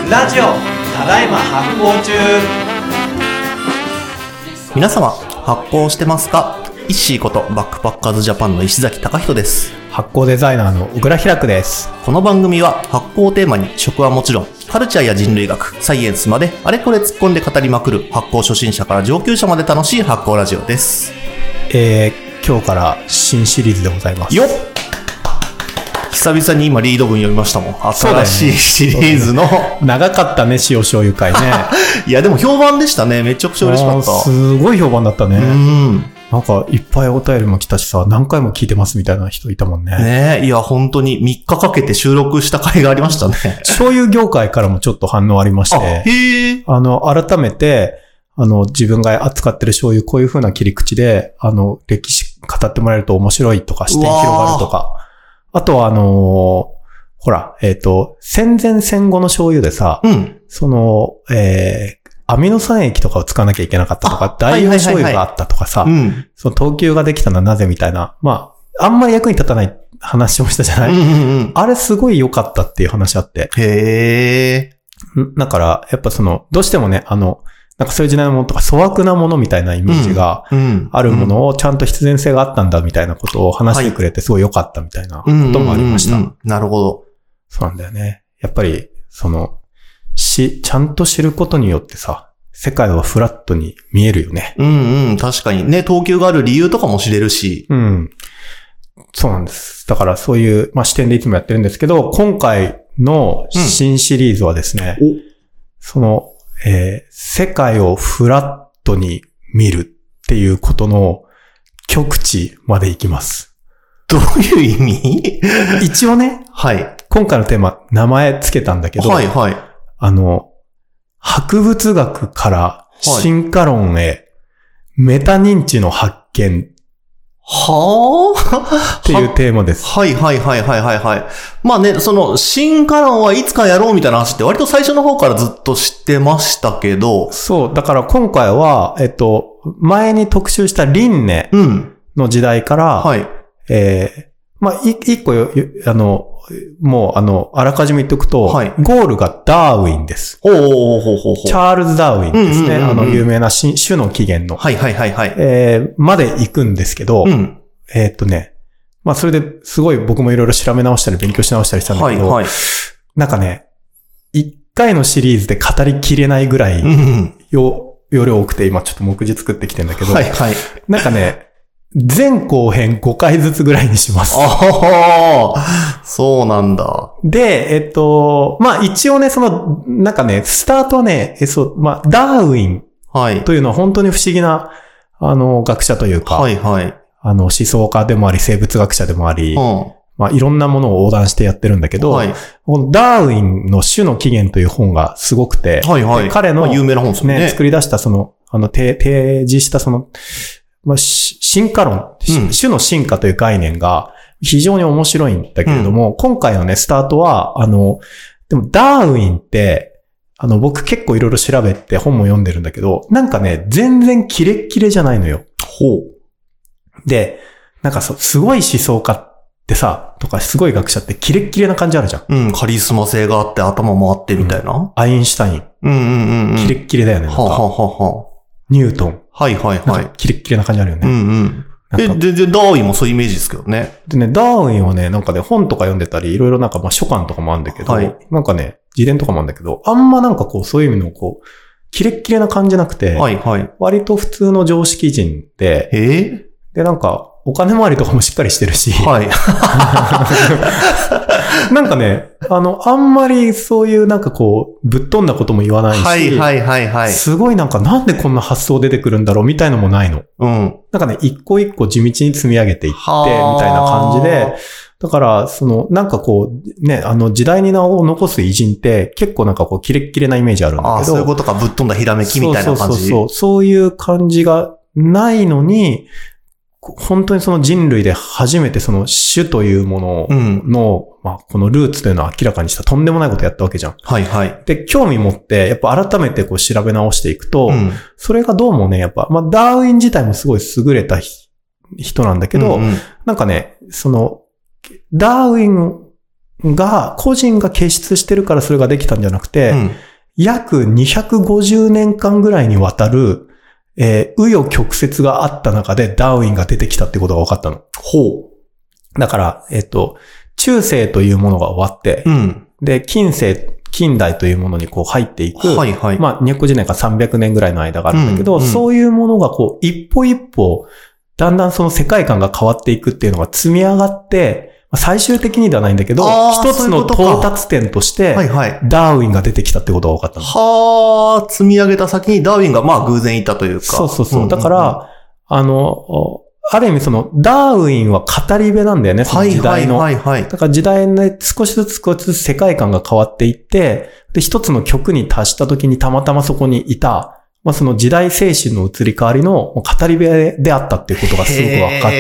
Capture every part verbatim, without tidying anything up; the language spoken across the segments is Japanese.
ラジオただいま発行中。 皆様発行してますか？イッシーことバックパッカーズジャパンの石崎貴人です。 発行デザイナーの小倉開です。 この番組は発行をテーマに食はもちろんカルチャーや人類学、サイエンスまであれこれ突っ込んで語りまくる発行初心者から上級者まで楽しい発行ラジオです。 えー、今日から新シリーズでございます。 よっ、久々に今リード文読みましたもん。新しいシリーズの、ね、 長かったね、塩醤油会ね。 いやでも評判でしたね。めちゃくちゃ嬉しかった。 すごい評判だったね。 うん、 なんかいっぱいお便りも来たしさ、何回も聞いてますみたいな人いたもんね。 ねえ、いや本当にみっかかけて収録した回がありましたね。 醤油業界からもちょっと反応ありまして、 あ、へー。 あの改めてあの自分が扱ってる醤油こういう風な切り口であの歴史語ってもらえると面白いとか視点広がるとか、あとはあのーほら、えっと、戦前戦後の醤油でさ、うん、その、えー、アミノ酸液とかを使わなきゃいけなかったとか、代用醤油があったとかさ、その等級ができたのはなぜみたいな、まあ、あんまり役に立たない話もしたじゃない、うんうんうん、あれすごい良かったっていう話あって。 へー。だから、やっぱその、どうしてもね、あの、なんかそういう時代のものとか粗悪なものみたいなイメージがあるものをちゃんと必然性があったんだみたいなことを話してくれてすごい良かったみたいなこともありました。 うんうんうんうん、なるほど。 そうなんだよね。やっぱり、その、し、ちゃんと知ることによってさ、世界はフラットに見えるよね。 うんうん、確かにね、等級がある理由とかも知れるし。 うん。そうなんです。だからそういう、まあ、視点でいつもやってるんですけど、今回の新シリーズはですね、うん、その、えー、世界をフラットに見るっていうことの極致までいきます。 どういう意味？ 一応ね、 はい。 今回のテーマ、名前つけたんだけど、 はいはい。 あの、博物学から進化論へ、メタ認知の発見。 はぁっていうテーマです。 はいはいはいはいはいはい。まあね、その進化論はいつかやろうみたいな話って割と最初の方からずっと知ってましたけど。 そう、だから今回は、えっと、前に特集した輪廻の時代から、うん、はい。えー、まあ、い、一個よ、あの、もう、あの、あらかじめ言っておくと、はい、ゴールがダーウィンです。 おーおーおーおーチャールズ・ダーウィンですね。うんうんうんうん、あの、有名な種の起源の。 はいはいはいはい。 えー、まで行くんですけど、うん、えー、っとね、まあ、それですごい僕もいろいろ調べ直したり勉強し直したりしたんだけど、はいはい、なんかね、一回のシリーズで語りきれないぐらい、よ、容量多くて今ちょっと目次作ってきてんだけど、はいはい、なんかね、前後編ごかいずつぐらいにします。 ああ、そうなんだ。 で、えっと、まあ一応ね、その、なんかね、スタートはね、えそう、まあ、ダーウィンというのは本当に不思議な、あの、学者というか、はいはい。あの、思想家でもあり、生物学者でもあり、うん、まあいろんなものを横断してやってるんだけど、はい、このダーウィンの種の起源という本がすごくて、はいはい。彼の、まあ、 有名な本ですね。 ね、作り出したその、あの、提示したその、まあ、進化論、うん、種の進化という概念が非常に面白いんだけれども、うん、今回のね、スタートは、あの、でもダーウィンって、あの、僕結構いろいろ調べて本も読んでるんだけど、なんかね、全然キレッキレじゃないのよ。 ほう。 で、なんかそう、すごい思想家ってさ、とかすごい学者ってキレッキレな感じあるじゃん。 うん、カリスマ性があって頭もあってみたいな。うん、 アインシュタイン。 うんうんうんうん。 キレッキレだよね。 はあ、はあはあ、 ニュートン。 はいはいはい。 キレッキレな感じあるよね。 うんうん。え、全然ダーウィンもそういうイメージですけどね。 でね、ダーウィンはね、なんかね、本とか読んでたり、いろいろなんかまあ書簡とかもあるんだけど、はい、なんかね、自伝とかもあるんだけど、あんまなんかこう、そういう意味のこう、キレッキレな感じなくて、はいはい。割と普通の常識人で、 えー、 で、なんか、お金回りとかもしっかりしてるし、 はい。 なんかね、あの、あんまりそういうなんかこう、ぶっ飛んだことも言わないし、 はいはいはいはい。 すごいなんかなんでこんな発想出てくるんだろうみたいのもないの。うん。なんかね、一個一個地道に積み上げていって、みたいな感じで、だから、その、なんかこう、ね、あの、時代に名を残す偉人って、結構なんかこう、キレッキレなイメージあるんだけど。ああ、 そういうことか、ぶっ飛んだひらめきみたいな感じ。 そうそうそうそう。そういう感じがないのに、本当にその人類で初めてその種というものの、うん、まあこのルーツというのを明らかにしたとんでもないことやったわけじゃん。はいはい。で、興味持って、やっぱ改めてこう調べ直していくと、うん、それがどうもね、やっぱ、まあダーウィン自体もすごい優れた人なんだけど、うんうん、なんかね、その、ダーウィンが、個人が結出してるからそれができたんじゃなくて、うん、約にひゃくごじゅうねんかんぐらいにわたる、えー、紆余曲折があった中でダーウィンが出てきたってことが分かったの。 ほう。だから、えっと、中世というものが終わって、うん、で、近世、近代というものにこう入っていく、はいはい、まあにひゃくごじゅうねんからさんびゃくねんぐらいの間があるんだけど、うんうん、そういうものがこう一歩一歩、だんだんその世界観が変わっていくっていうのが積み上がって、最終的にではないんだけど、一つの到達点として、はいはい、ダーウィンが出てきたってことが分かったの。 はあ、積み上げた先にダーウィンがまあ偶然いたというか。 そうそうそう。うんうんうん、だから、あの、ある意味その、ダーウィンは語り部なんだよね、その時代の。はいはいはいはい。だから時代で少しずつ少しずつ世界観が変わっていって、で、一つの曲に達した時にたまたまそこにいた、まあその時代精神の移り変わりの語り部であったっていうことがすごく分かって、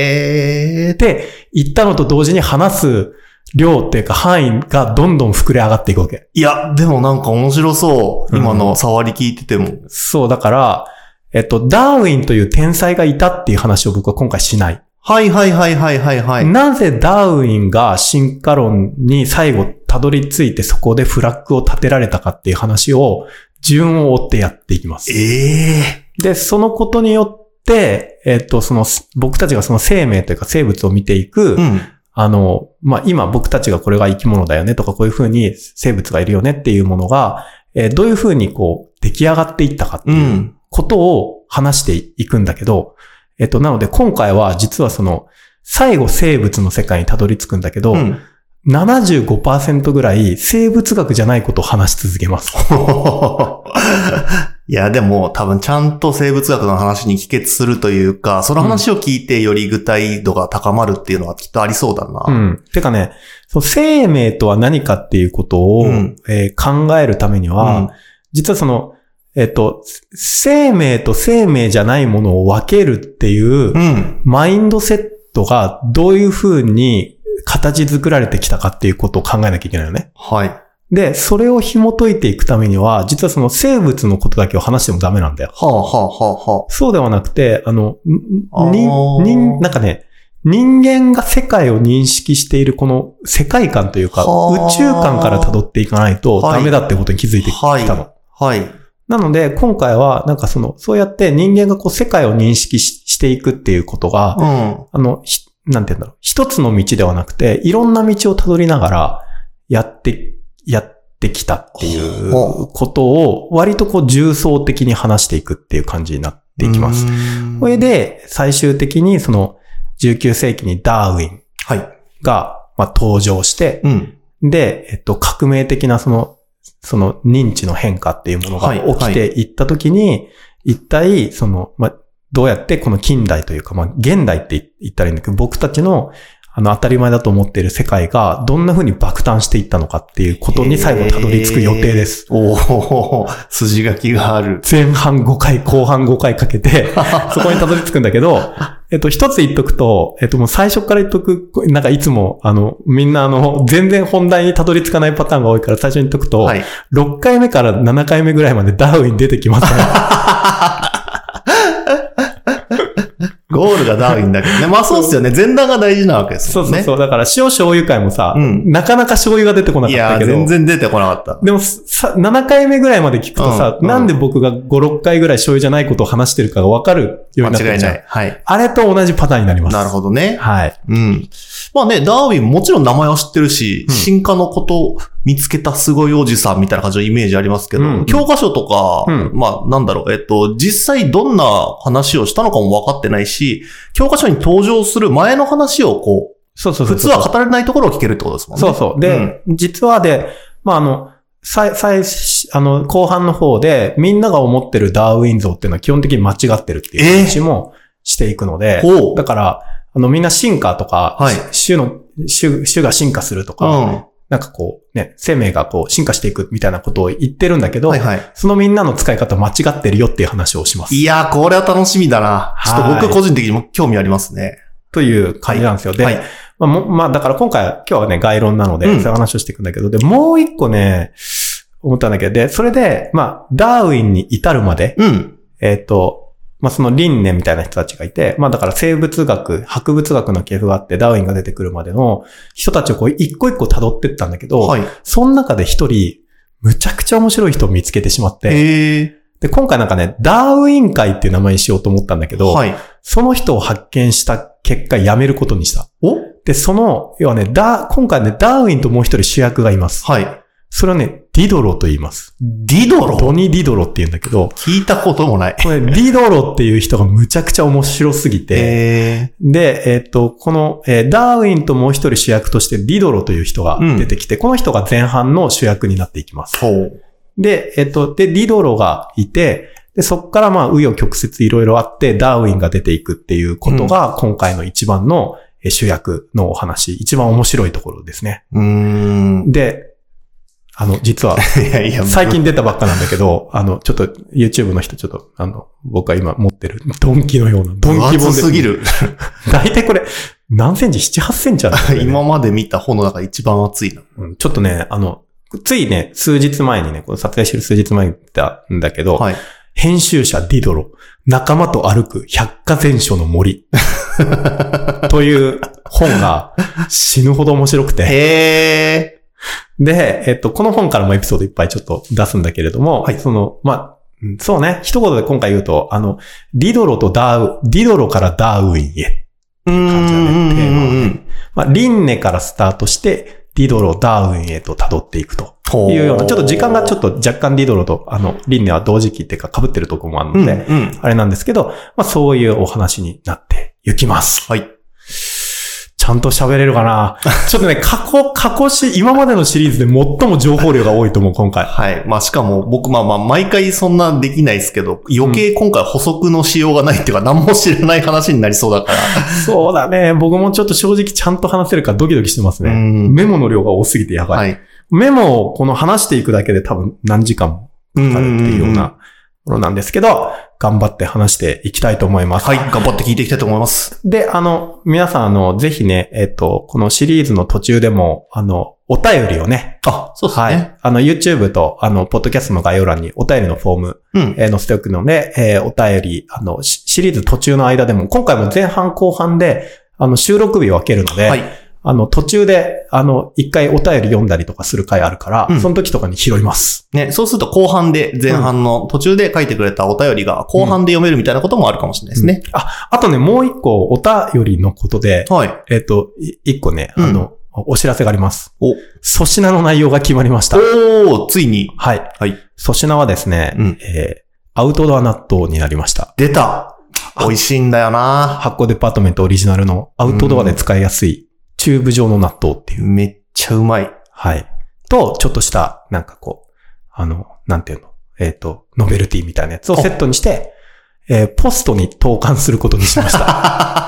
言ったのと同時に話す量っていうか範囲がどんどん膨れ上がっていくわけ。 いや、でもなんか面白そう。今の触り聞いてても。うん、 そう、だから、えっと、ダーウィンという天才がいたっていう話を僕は今回しない。 はいはいはいはいはいはい。 なぜダーウィンが進化論に最後たどり着いてそこでフラッグを立てられたかっていう話を順を追ってやっていきます。 ええー。 で、そのことによって、えっと、その、僕たちがその生命というか生物を見ていく、うん、あの、まあ、今僕たちがこれが生き物だよねとかこういうふうに生物がいるよねっていうものが、えー、どういうふうにこう出来上がっていったかっていう、うんことを話していくんだけど、えっと、なので今回は実はその、最後生物の世界にたどり着くんだけど、うん、ななじゅうごパーセント ぐらい生物学じゃないことを話し続けます。 いや、でも多分ちゃんと生物学の話に帰結するというか、その話を聞いてより具体度が高まるっていうのはきっとありそうだな。 うん。てかね、その生命とは何かっていうことを、うんえー、考えるためには、うん、実はその、えっと、生命と生命じゃないものを分けるっていう、うん、マインドセットがどういう風に形作られてきたかっていうことを考えなきゃいけないよね。 はい。 で、それを紐解いていくためには、実はその生物のことだけを話してもダメなんだよ。 はあはあはあはあ。 そうではなくて、あの、に、に、なんかね、人間が世界を認識しているこの世界観というか、宇宙観から辿っていかないとダメだってことに気づいてきたの。はい。はいはいなので、今回は、なんかその、そうやって人間がこう世界を認識 し, していくっていうことが、うん、あの、なんて言うんだろう、一つの道ではなくて、いろんな道をたどりながら、やって、やってきたっていうことを、割とこう重層的に話していくっていう感じになっていきます。これで、最終的にその、じゅうきゅうせいきにダーウィンが、まあ、登場して、うん、で、えっと、革命的なその、その認知の変化っていうものが起きていったときに、はいはい、一体、その、ま、どうやってこの近代というか、まあ、現代って言ったらいいんだけど、僕たちの、あの、当たり前だと思っている世界が、どんな風に爆誕していったのかっていうことに最後たどり着く予定です。 おお、筋書きがある。 前半ごかい、後半ごかいかけて、そこにたどり着くんだけど、えっと、一つ言っとくと、えっと、もう最初から言っとく、なんかいつも、あの、みんなあの、全然本題にたどり着かないパターンが多いから最初に言っとくと、はい、ろっかいめからななかいめぐらいまでダーウィン出てきますね。 ゴールがダーウィンだけどね。まあそうっすよね。前段が大事なわけですよね。 そうそうそう。だから塩醤油会もさ、うん、なかなか醤油が出てこなかったけど。 いや、全然出てこなかった。 でもさ、ななかいめぐらいまで聞くとさ、うん、なんで僕がご、ろっかいぐらい醤油じゃないことを話してるかがわかるようになってるじゃん。間違いない。はい。あれと同じパターンになります。 なるほどね。 はい。 うん。まあね、ダーウィンもちろん名前は知ってるし、うん、進化のことを見つけたすごいおじさんみたいな感じのイメージありますけど、うん、教科書とか、うん、まあなんだろう、えっと、実際どんな話をしたのかも分かってないし、教科書に登場する前の話をこう、そうそうそうそう普通は語れないところを聞けるってことですもんね。 そうそう。で、うん、実はで、まああの、最、最、あの、後半の方で、みんなが思ってるダーウィン像っていうのは基本的に間違ってるっていう話もしていくので、えー、だから、あの、みんな進化とか、はい、種の、種、種が進化するとか、うん、なんかこう、ね、生命がこう、進化していくみたいなことを言ってるんだけど、はいはい、そのみんなの使い方間違ってるよっていう話をします。 いやー、これは楽しみだな。ちょっと僕個人的にも興味ありますね。 という感じなんですよ。はい、で、はい、まあ、も、まあ、だから今回、今日はね、概論なので、そういう話をしていくんだけど、で、もう一個ね、思ったんだけど、で、それで、まあ、ダーウィンに至るまで、うん、えっと、 まあそのリンネみたいな人たちがいて、まあだから生物学、博物学の系譜があってダーウィンが出てくるまでの人たちをこう一個一個辿ってったんだけど、はい、その中で一人、むちゃくちゃ面白い人を見つけてしまって、 へー。 で、今回なんかね、ダーウィン会っていう名前にしようと思ったんだけど、はい、その人を発見した結果やめることにした。 おで、その、要はね、ダー、今回ね、ダーウィンともう一人主役がいます。 はい。 それはね、ディドロと言います。 ディドロ？ ドニ・ディドロって言うんだけど。 聞いたこともない。 これ、ディドロっていう人がむちゃくちゃ面白すぎて。で、えっと、この、えー、ダーウィンともう一人主役としてディドロという人が出てきて、うん、この人が前半の主役になっていきます。で、えっと、で、ディドロがいて、で、そっからまあ、紆余曲折いろいろあって、ダーウィンが出ていくっていうことが、今回の一番の主役のお話、一番面白いところですね。 うーん。 で、あの、実は、いやいや最近出たばっかなんだけど、あの、ちょっと YouTube の人ちょっと、あの、僕が今持ってるドンキのような、ドンキ本ですぎる。 だいたいこれ、何センチ ?なな、はちセンチあるんだよね。 今まで見た本の中で一番厚いな、 うん。ちょっとね、あの、ついね、数日前にね、この撮影してる数日前に言ったんだけど、はい、編集者ディドロ、仲間と歩く百科全書の森という本が死ぬほど面白くて。 へー。 で、えっと、この本からもエピソードいっぱいちょっと出すんだけれども、はい、その、まあ、そうね、一言で今回言うと、あの、ディドロとダーウ、ディドロからダーウィンへっていう感じだね、テーマはね。まあ、リンネからスタートして、ディドロ、ダーウィンへと辿っていくというような、ちょっと時間がちょっと若干ディドロと、あの、リンネは同時期っていうか被ってるところもあるので、うんうん、あれなんですけど、まあそういうお話になっていきます。 はい。 ちゃんと喋れるかなちょっとね、過去、過去し、今までのシリーズで最も情報量が多いと思う、今回。 はい。まあしかも僕、まあまあ毎回そんなできないですけど、余計今回補足のしようがないっていうか、何も知らない話になりそうだから。 そうだね。僕もちょっと正直ちゃんと話せるかドキドキしてますね。メモの量が多すぎてやばい。はい、メモをこの話していくだけで多分何時間もかかるっていうようなものなんですけど、頑張って話していきたいと思います。 はい、頑張って聞いていきたいと思います。 で、あの、皆さん、あの、ぜひね、えっと、このシリーズの途中でも、あの、お便りをね。 あ、そうですね。はい。 あの、YouTube と、あの、ポッドキャストの概要欄にお便りのフォーム、うん、えー、載せておくので、えー、お便り、あの、シリーズ途中の間でも、今回も前半後半で、あの、収録日を分けるので、はい。あの、途中で、あの、一回お便り読んだりとかする回あるから、うん、その時とかに拾います。 ね、そうすると後半で、前半の途中で書いてくれたお便りが後半で読めるみたいなこともあるかもしれないですね。 うんうん、あ、あとね、もう一個お便りのことで、はい。えっと、一個ね、あの、うん、お知らせがあります。お。粗品の内容が決まりました。 おー、ついに。 はい。はい。粗品はですね、うん、えー、アウトドア納豆になりました。 出た。美味しいんだよな。 発酵デパートメントオリジナルのアウトドアで使いやすい、チューブ状の納豆っていう。 めっちゃうまい。 はい。と、ちょっとした、なんかこう、あの、なんていうの、えっと、ノベルティみたいなやつをセットにして、えー、ポストに投函することにしました。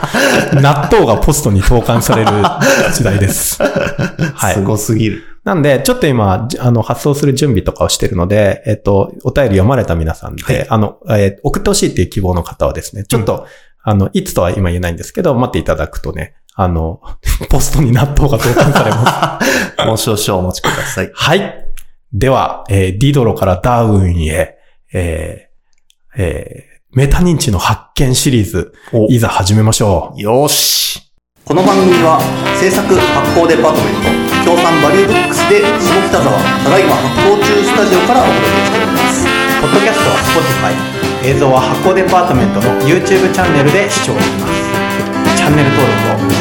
納豆がポストに投函される時代です。 はい。すごすぎる。 なんで、ちょっと今、あの、発送する準備とかをしてるので、えっと、お便り読まれた皆さんで、はい、あの、えー、送ってほしいっていう希望の方はですね、ちょっと、うん、あの、いつとは今言えないんですけど、待っていただくとね、あの、ポストに納豆が投函されます。 もう少々お待ちください。 はい。では、えー、ディドロからダーウィンへ、えー、えー、メタ認知の発見シリーズ、いざ始めましょう。よし。この番組は、制作発行デパートメント、協賛バリューブックスで、下北沢、ただいま発行中スタジオからお届けしております。 ポッドキャストは Spotify、映像は発行デパートメントの YouTube チャンネルで視聴できます。チャンネル登録を